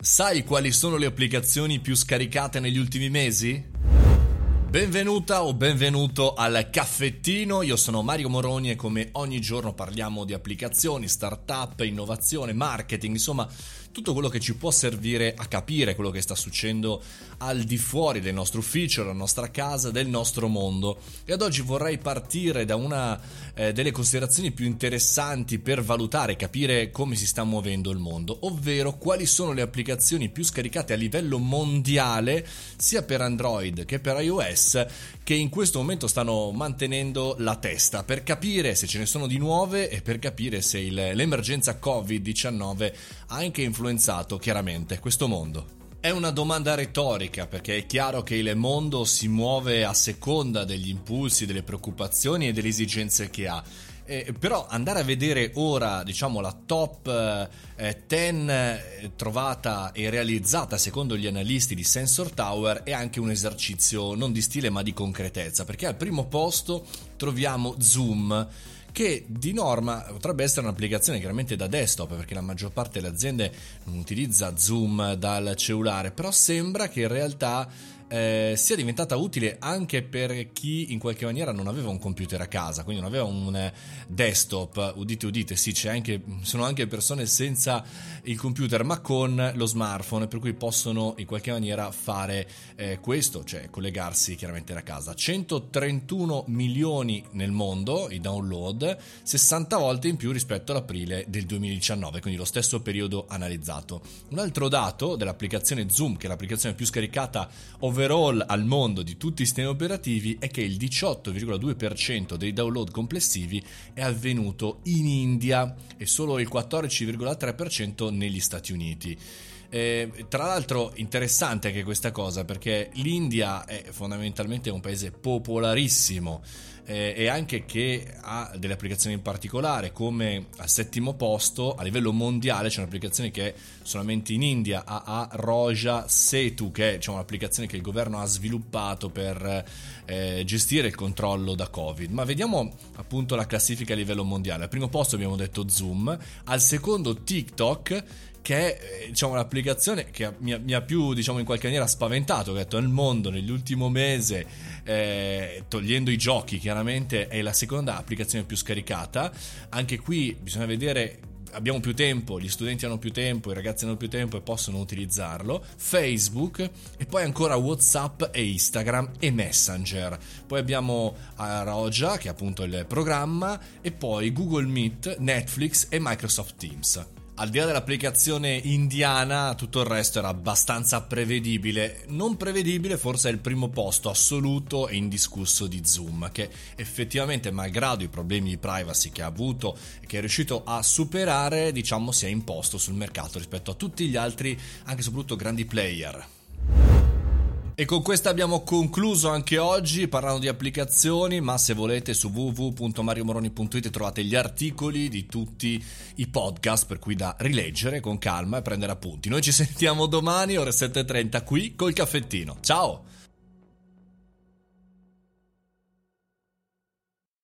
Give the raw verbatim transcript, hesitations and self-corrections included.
Sai quali sono le applicazioni più scaricate negli ultimi mesi? Benvenuta o benvenuto al caffettino, io sono Mario Moroni e come ogni giorno parliamo di applicazioni, startup, innovazione, marketing, insomma tutto quello che ci può servire a capire quello che sta succedendo al di fuori del nostro ufficio, della nostra casa, del nostro mondo. E ad oggi vorrei partire da una eh, delle considerazioni più interessanti per valutare e capire come si sta muovendo il mondo, ovvero quali sono le applicazioni più scaricate a livello mondiale sia per Android che per iOS, che in questo momento stanno mantenendo la testa, per capire se ce ne sono di nuove e per capire se il, l'emergenza covid diciannove ha anche influenzato chiaramente questo mondo. È una domanda retorica, perché è chiaro che il mondo si muove a seconda degli impulsi, delle preoccupazioni e delle esigenze che ha. Eh, però andare a vedere ora, diciamo, la top eh, dieci eh, trovata e realizzata secondo gli analisti di Sensor Tower è anche un esercizio non di stile ma di concretezza, perché al primo posto troviamo Zoom, che di norma potrebbe essere un'applicazione chiaramente da desktop, perché la maggior parte delle aziende non utilizza Zoom dal cellulare, però sembra che in realtà eh, sia diventata utile anche per chi in qualche maniera non aveva un computer a casa, quindi non aveva un desktop. Udite udite, sì, c'è anche, sono anche persone senza il computer ma con lo smartphone, per cui possono in qualche maniera fare eh, questo, cioè collegarsi chiaramente da casa. centotrentuno milioni nel mondo i download, sessanta volte in più rispetto all'aprile del duemiladiciannove, quindi lo stesso periodo analizzato. Un altro dato dell'applicazione Zoom, che è l'applicazione più scaricata overall al mondo di tutti i sistemi operativi, è che il diciotto virgola due per cento dei download complessivi è avvenuto in India e solo il quattordici virgola tre per cento negli Stati Uniti. Eh, tra l'altro interessante anche questa cosa, perché l'India è fondamentalmente un paese popolarissimo eh, e anche che ha delle applicazioni in particolare, come al settimo posto a livello mondiale c'è un'applicazione che è solamente in India, A A Roja Setu, che è, diciamo, un'applicazione che il governo ha sviluppato per eh, gestire il controllo da Covid. Ma vediamo appunto la classifica a livello mondiale. Al primo posto abbiamo detto Zoom, al secondo TikTok, che è, diciamo, un'applicazione che mi ha, mi ha più, diciamo, in qualche maniera spaventato. Ho detto, nel mondo nell'ultimo mese, eh, togliendo i giochi chiaramente, è la seconda applicazione più scaricata. Anche qui bisogna vedere, abbiamo più tempo, gli studenti hanno più tempo, i ragazzi hanno più tempo e possono utilizzarlo. Facebook, e poi ancora WhatsApp e Instagram e Messenger. Poi abbiamo Aroja, che è appunto il programma, e poi Google Meet, Netflix e Microsoft Teams. Al di là dell'applicazione indiana, tutto il resto era abbastanza prevedibile. Non prevedibile forse è il primo posto assoluto e indiscusso di Zoom, che effettivamente, malgrado i problemi di privacy che ha avuto e che è riuscito a superare, diciamo, si è imposto sul mercato rispetto a tutti gli altri, anche e soprattutto grandi player. E con questo abbiamo concluso anche oggi parlando di applicazioni, ma se volete su w w w punto mario moroni punto it trovate gli articoli di tutti i podcast, per cui da rileggere con calma e prendere appunti. Noi ci sentiamo domani ore sette e trenta qui col caffettino. Ciao!